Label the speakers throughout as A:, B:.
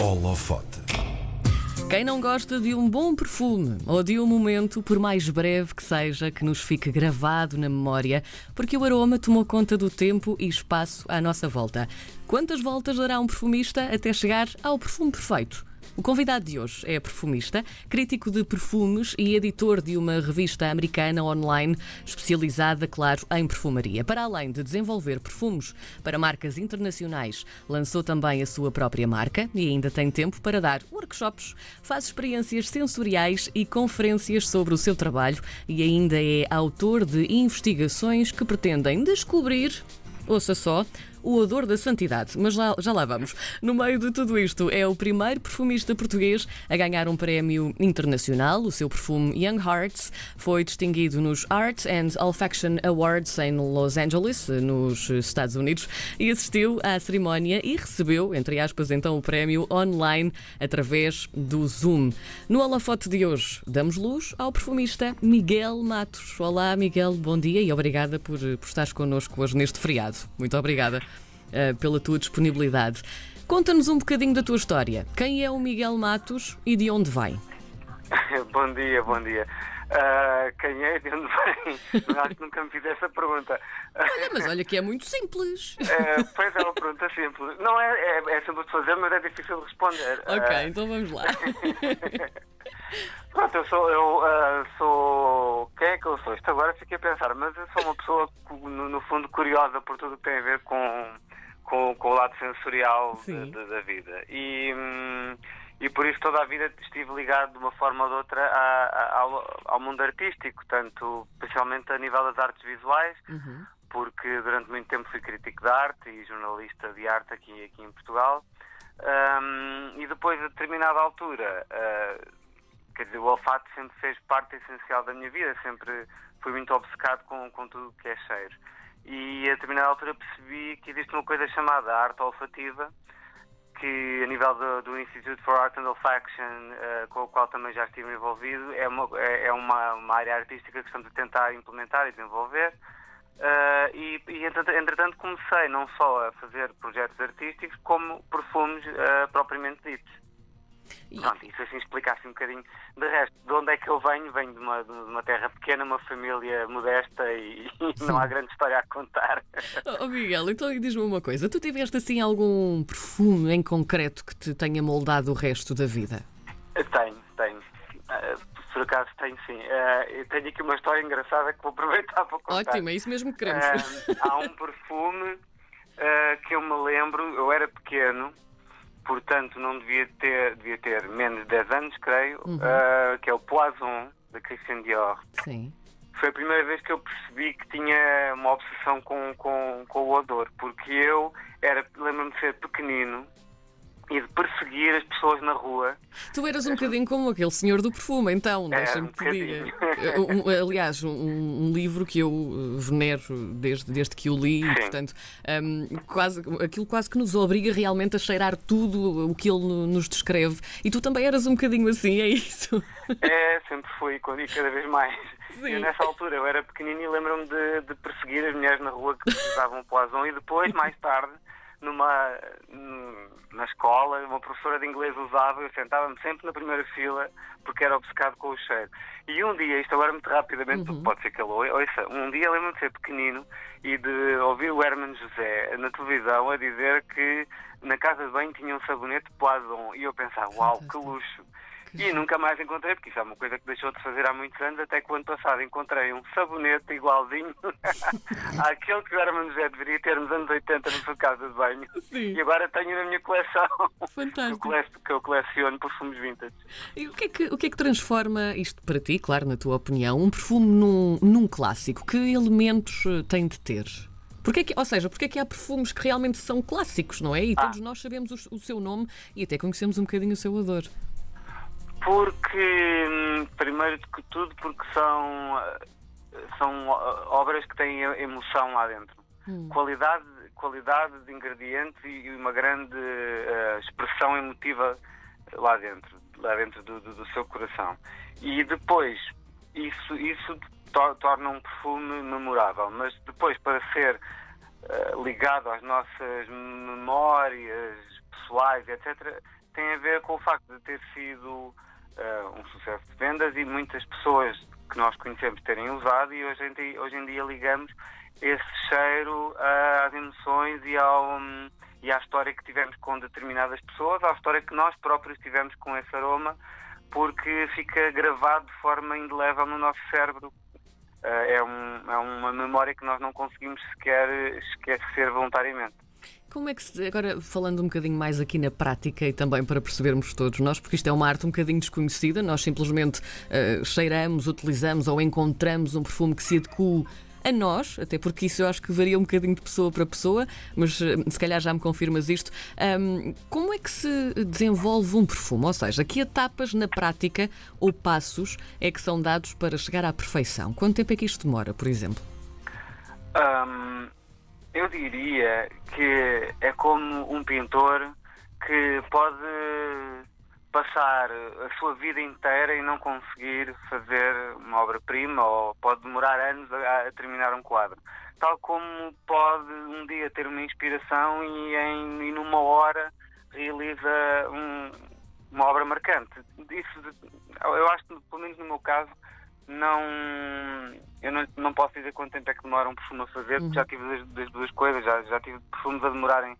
A: Holofote.
B: Quem não gosta de um bom perfume ou de um momento, por mais breve que seja, que nos fique gravado na memória, porque o aroma tomou conta do tempo e espaço à nossa volta. Quantas voltas dará um perfumista até chegar ao perfume perfeito? O convidado de hoje é perfumista, crítico de perfumes e editor de uma revista americana online especializada, claro, em perfumaria. Para além de desenvolver perfumes para marcas internacionais, lançou também a sua própria marca e ainda tem tempo para dar workshops, faz experiências sensoriais e conferências sobre o seu trabalho e ainda é autor de investigações que pretendem descobrir, ouça só, o odor da santidade. Mas já lá vamos. No meio de tudo isto, é o primeiro perfumista português a ganhar um prémio internacional. O seu perfume Young Hearts foi distinguido nos Art and Olfaction Awards em Los Angeles, nos Estados Unidos, e assistiu à cerimónia e recebeu, entre aspas, então o prémio online através do Zoom. No holofote de hoje, damos luz ao perfumista Miguel Matos. Olá, Miguel, bom dia e obrigada por estares connosco hoje neste feriado. Muito obrigada pela tua disponibilidade. Conta-nos um bocadinho da tua história. Quem é o Miguel Matos e de onde vem?
C: Bom dia. Quem é e de onde vem? Acho que nunca me fiz essa pergunta.
B: Mas olha que é muito simples.
C: Pois é uma pergunta simples. Não é simples de fazer, mas é difícil de responder.
B: Ok, então vamos lá.
C: Pronto, eu sou... Quem é que eu sou? Isto agora fiquei a pensar, mas eu sou uma pessoa, no fundo, curiosa por tudo que tem a ver com o lado sensorial da vida. E por isso toda a vida estive ligado de uma forma ou de outra ao mundo artístico, tanto especialmente a nível das artes visuais, porque durante muito tempo fui crítico de arte e jornalista de arte aqui em Portugal. E depois, a determinada altura... Quer dizer, o olfato sempre fez parte essencial da minha vida, sempre fui muito obcecado com tudo o que é cheiro. E a determinada altura percebi que existe uma coisa chamada arte olfativa, que a nível do Institute for Art and Olfaction, com o qual também já estive envolvido, é uma área artística que estamos a tentar implementar e desenvolver. Entretanto comecei não só a fazer projetos artísticos, como perfumes propriamente ditos. Pronto, isso assim explicasse um bocadinho. De resto, de onde é que eu venho? Venho de uma terra pequena, uma família modesta e não há grande história a contar.
B: Miguel, então diz-me uma coisa. Tu tiveste assim algum perfume em concreto que te tenha moldado o resto da vida?
C: Tenho. Por acaso tenho, sim. Eu tenho aqui uma história engraçada que vou aproveitar para contar.
B: Ótimo, é isso mesmo que queremos.
C: Há um perfume que eu me lembro, eu era pequeno, portanto não devia ter menos de 10 anos, creio, que é o Poison, da Christian Dior.
B: Sim.
C: Foi a primeira vez que eu percebi que tinha uma obsessão com o odor, porque lembro-me de ser pequenino e de perseguir as pessoas na rua.
B: Tu eras um bocadinho como aquele senhor do perfume, então, deixa-me te dizer. Aliás, um livro que eu venero desde que o li, e, portanto, aquilo quase que nos obriga realmente a cheirar tudo o que ele nos descreve. E tu também eras um bocadinho assim, é isso?
C: Sempre fui, e cada vez mais. E nessa altura eu era pequenino e lembro-me de perseguir as mulheres na rua que usavam Poison e depois, mais tarde, na escola, uma professora de inglês usava, eu sentava-me sempre na primeira fila porque era obcecado com o cheiro. E um dia, isto agora muito rapidamente, porque pode ser que ele ouça, um dia lembro-me de ser pequenino e de ouvir o Hermano José na televisão a dizer que na casa de banho tinha um sabonete Poison e eu pensava, uau, que luxo! E nunca mais encontrei, porque isso é uma coisa que deixou de fazer há muitos anos, até que o ano passado encontrei um sabonete igualzinho àquele que o Hermano José deveria ter nos anos 80 na sua casa de banho.
B: Sim.
C: E agora tenho na minha coleção.
B: Fantástico.
C: Que eu coleciono perfumes vintage.
B: E o que é que transforma isto para ti, claro, na tua opinião, um perfume num clássico? Que elementos tem de ter? Porque é que há perfumes que realmente são clássicos, não é? E todos nós sabemos o seu nome e até conhecemos um bocadinho o seu odor.
C: Porque, primeiro de tudo, porque são obras que têm emoção lá dentro. Qualidade de ingredientes e uma grande expressão emotiva lá dentro do seu coração. E depois, isso torna um perfume memorável. Mas depois, para ser ligado às nossas memórias pessoais, etc., tem a ver com o facto de ter sido um sucesso de vendas e muitas pessoas que nós conhecemos terem usado, e hoje em dia ligamos esse cheiro às emoções e à história que tivemos com determinadas pessoas, à história que nós próprios tivemos com esse aroma, porque fica gravado de forma indelével no nosso cérebro. É uma memória que nós não conseguimos sequer esquecer voluntariamente.
B: Como é que agora falando um bocadinho mais aqui na prática e também para percebermos todos nós, porque isto é uma arte um bocadinho desconhecida, nós simplesmente cheiramos, utilizamos ou encontramos um perfume que se adequa a nós, até porque isso eu acho que varia um bocadinho de pessoa para pessoa, mas se calhar já me confirmas isto. Como é que se desenvolve um perfume? Ou seja, que etapas na prática ou passos é que são dados para chegar à perfeição? Quanto tempo é que isto demora, por exemplo?
C: Eu diria que é como um pintor que pode passar a sua vida inteira e não conseguir fazer uma obra-prima, ou pode demorar anos a terminar um quadro. Tal como pode um dia ter uma inspiração e numa hora realiza uma obra marcante. Eu acho que, pelo menos no meu caso, eu não posso dizer quanto tempo é que demora um perfume a fazer, porque já tive das duas coisas, já tive perfumes a demorarem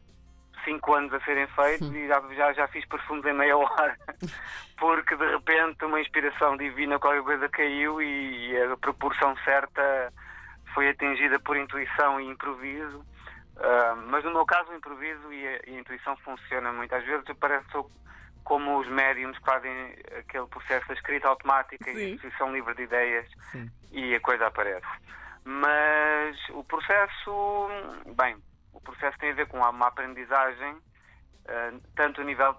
C: 5 anos a serem feitos e já fiz perfumes em meia hora, porque de repente uma inspiração divina, qualquer coisa caiu e a proporção certa foi atingida por intuição e improviso. Mas no meu caso o improviso e a intuição funciona muito. Às vezes eu pareço como os médiums que fazem aquele processo da escrita automática e associação livre de ideias. Sim. E a coisa aparece. Mas o processo tem a ver com uma aprendizagem, tanto a nível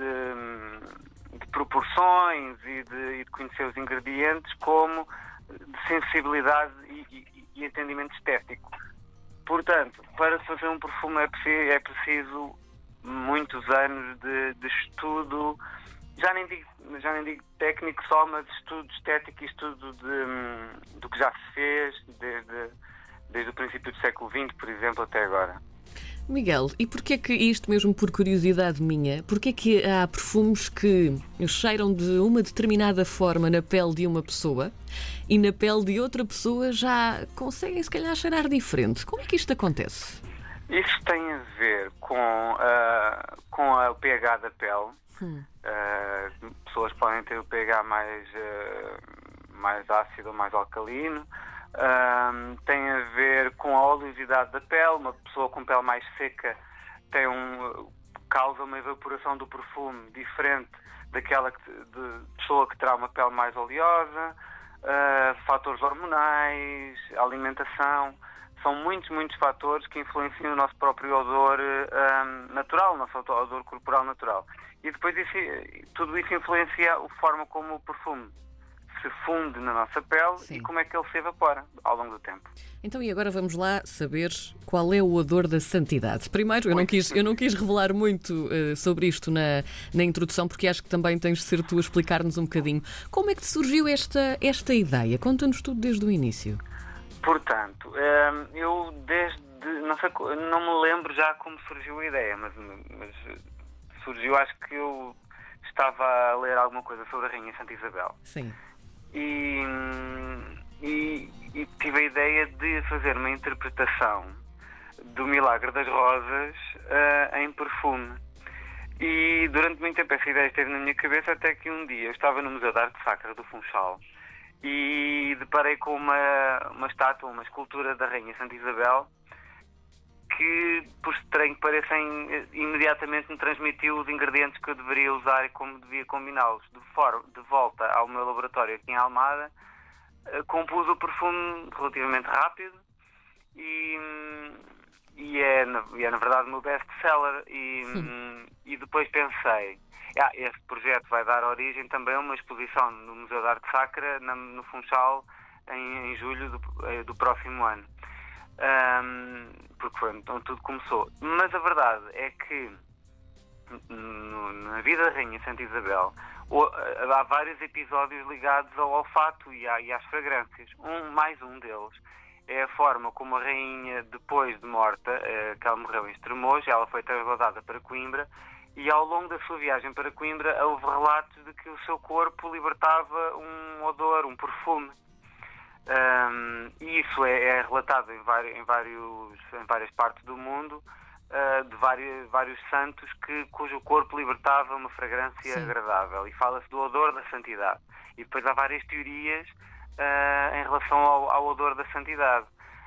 C: de proporções e de conhecer os ingredientes, como de sensibilidade e entendimento estético. Portanto, para fazer um perfume é preciso muitos anos de estudo, já nem digo técnico só, mas estudo estético e estudo do que já se fez desde o princípio do século XX, por exemplo, até agora.
B: Miguel, e porquê que isto, mesmo por curiosidade minha, porquê que há perfumes que cheiram de uma determinada forma na pele de uma pessoa e na pele de outra pessoa já conseguem se calhar cheirar diferente? Como é que isto acontece?
C: Isso tem a ver com a pH da pele. Pessoas podem ter o pH mais ácido ou mais alcalino. Tem a ver com a oleosidade da pele. Uma pessoa com pele mais seca causa uma evaporação do perfume diferente daquela de pessoa que terá uma pele mais oleosa. Fatores hormonais, alimentação. São muitos fatores que influenciam o nosso próprio odor natural, o nosso odor corporal natural. E depois tudo isso influencia a forma como o perfume se funde na nossa pele. Sim. E como é que ele se evapora ao longo do tempo.
B: Então, e agora vamos lá saber qual é o odor da santidade. Primeiro, eu não quis revelar muito sobre isto na introdução, porque acho que também tens de ser tu a explicar-nos um bocadinho. Como é que te surgiu esta ideia? Conta-nos tudo desde o início.
C: Portanto, eu não me lembro já como surgiu a ideia, mas surgiu, acho que eu estava a ler alguma coisa sobre a Rainha Santa Isabel.
B: Sim.
C: E tive a ideia de fazer uma interpretação do Milagre das Rosas em perfume. E durante muito tempo essa ideia esteve na minha cabeça, até que um dia eu estava no Museu de Arte Sacra do Funchal e deparei com uma estátua, uma escultura da Rainha Santa Isabel, que, por estranho que pareça, imediatamente me transmitiu os ingredientes que eu deveria usar e como devia combiná-los. De volta ao meu laboratório aqui em Almada, compus o perfume relativamente rápido e é na verdade o meu best-seller. E depois pensei, este projeto vai dar origem também a uma exposição no Museu de Arte Sacra, no Funchal, em julho do próximo ano. Porque foi então tudo começou. Mas a verdade é que na vida da Rainha Santa Isabel há vários episódios ligados ao olfato e às fragrâncias. Mais um deles é a forma como a rainha, depois de morta, que ela morreu em Estremoz, ela foi trasladada para Coimbra, e ao longo da sua viagem para Coimbra houve relatos de que o seu corpo libertava um odor, um perfume. E isso é relatado em várias partes do mundo, de vários santos cujo corpo libertava uma fragrância agradável, e fala-se do odor da santidade. E depois há várias teorias em relação ao odor da santidade.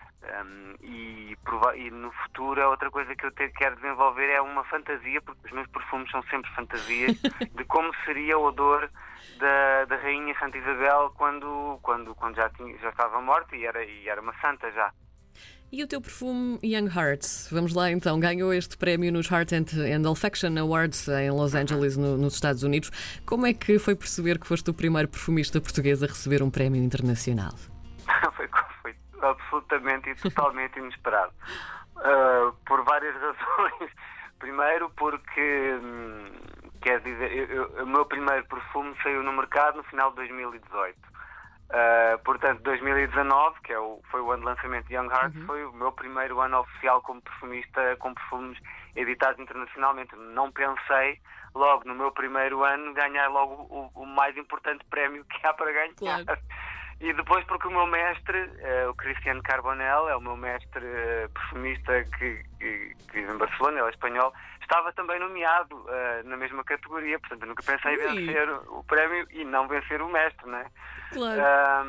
C: E no futuro a outra coisa que eu quero desenvolver é uma fantasia, porque os meus perfumes são sempre fantasias, de como seria o odor da Rainha Santa Isabel quando já estava morta e era uma santa já.
B: E o teu perfume Young Hearts? Vamos lá então, ganhou este prémio nos Heart and Olfaction Awards em Los Angeles, nos Estados Unidos. Como é que foi perceber que foste o primeiro perfumista português a receber um prémio internacional?
C: Foi absolutamente e totalmente inesperado. Por várias razões. Primeiro porque, quer dizer, o meu primeiro perfume saiu no mercado no final de 2018. Portanto, 2019, que foi o ano de lançamento de Young Hearts, foi o meu primeiro ano oficial como perfumista, com perfumes editados internacionalmente. Não pensei, logo no meu primeiro ano, ganhar logo o mais importante prémio que há para ganhar.
B: Claro.
C: E depois porque o meu mestre, o Cristiano Carbonell, é o meu mestre perfumista que vive em Barcelona, ele é espanhol, estava também nomeado na mesma categoria. Portanto, eu nunca pensei em vencer o prémio e não vencer o mestre, né?
B: Claro.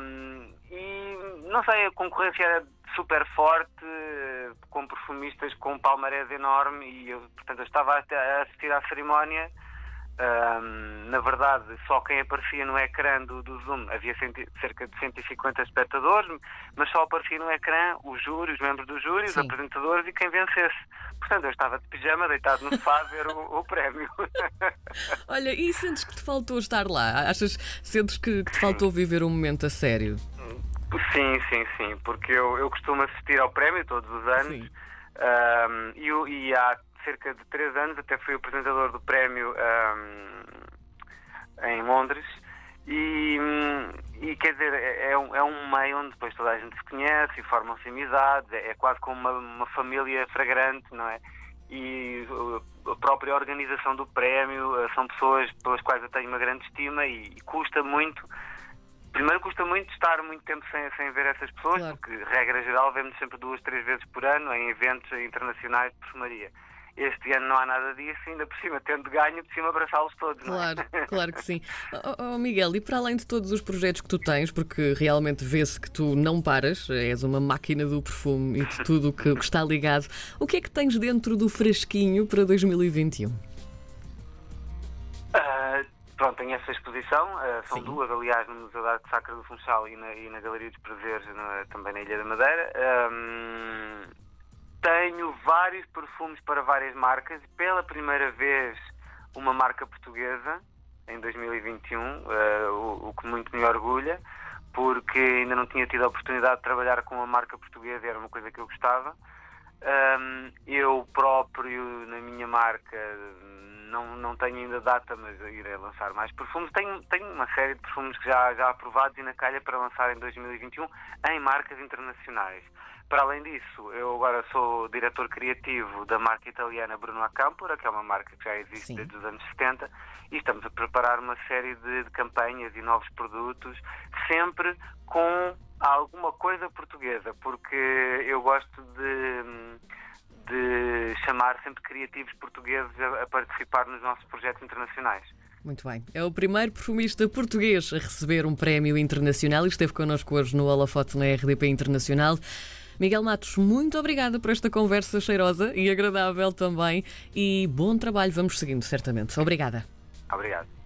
C: E não sei, a concorrência era super forte, com perfumistas com um palmarés enorme, e portanto, eu estava a assistir à cerimónia. Na verdade, só quem aparecia no ecrã do Zoom, havia cerca de 150 espectadores, mas só aparecia no ecrã o júri, os membros do júri, os apresentadores e quem vencesse. Portanto, eu estava de pijama, deitado no sofá a ver o prémio.
B: Olha, e sentes que te faltou estar lá? Sentes que te faltou viver um momento a sério?
C: Sim, porque eu costumo assistir ao prémio todos os anos. E há cerca de 3 anos até fui apresentador do prémio em Londres, e quer dizer, é um meio onde depois toda a gente se conhece e formam-se amizades, é quase como uma família fragrante, não é? E a própria organização do prémio são pessoas pelas quais eu tenho uma grande estima, e custa muito. Primeiro, custa muito estar muito tempo sem ver essas pessoas, claro, porque, regra geral, vemos sempre 2, 3 vezes por ano em eventos internacionais de perfumaria. Este ano não há nada disso, ainda por cima, tendo ganho, de cima abraçá-los todos,
B: claro,
C: não é?
B: Claro que sim. Miguel, e para além de todos os projetos que tu tens, porque realmente vê-se que tu não paras, és uma máquina do perfume e de tudo o que está ligado, o que é que tens dentro do frasquinho para 2021?
C: Pronto, tenho essa exposição, são 2, aliás, no Museu de Arte Sacra do Funchal e na Galeria dos Prazeres, também na Ilha da Madeira. Tenho vários perfumes para várias marcas, e pela primeira vez uma marca portuguesa em 2021, o que muito me orgulha, porque ainda não tinha tido a oportunidade de trabalhar com uma marca portuguesa e era uma coisa que eu gostava. Eu próprio, na minha marca, não tenho ainda data, mas irei lançar mais perfumes. Tenho uma série de perfumes que já aprovados e na calha para lançar em 2021 em marcas internacionais. Para além disso, eu agora sou diretor criativo da marca italiana Bruno Acampora, que é uma marca que já existe desde os anos 70, e estamos a preparar uma série de campanhas e novos produtos, sempre com alguma coisa portuguesa, porque eu gosto de chamar sempre criativos portugueses a participar nos nossos projetos internacionais.
B: Muito bem. É o primeiro perfumista português a receber um prémio internacional e esteve connosco hoje no Holofote na RDP Internacional. Miguel Matos, muito obrigada por esta conversa cheirosa e agradável também, e bom trabalho. Vamos seguindo, certamente. Obrigada.
C: Obrigado.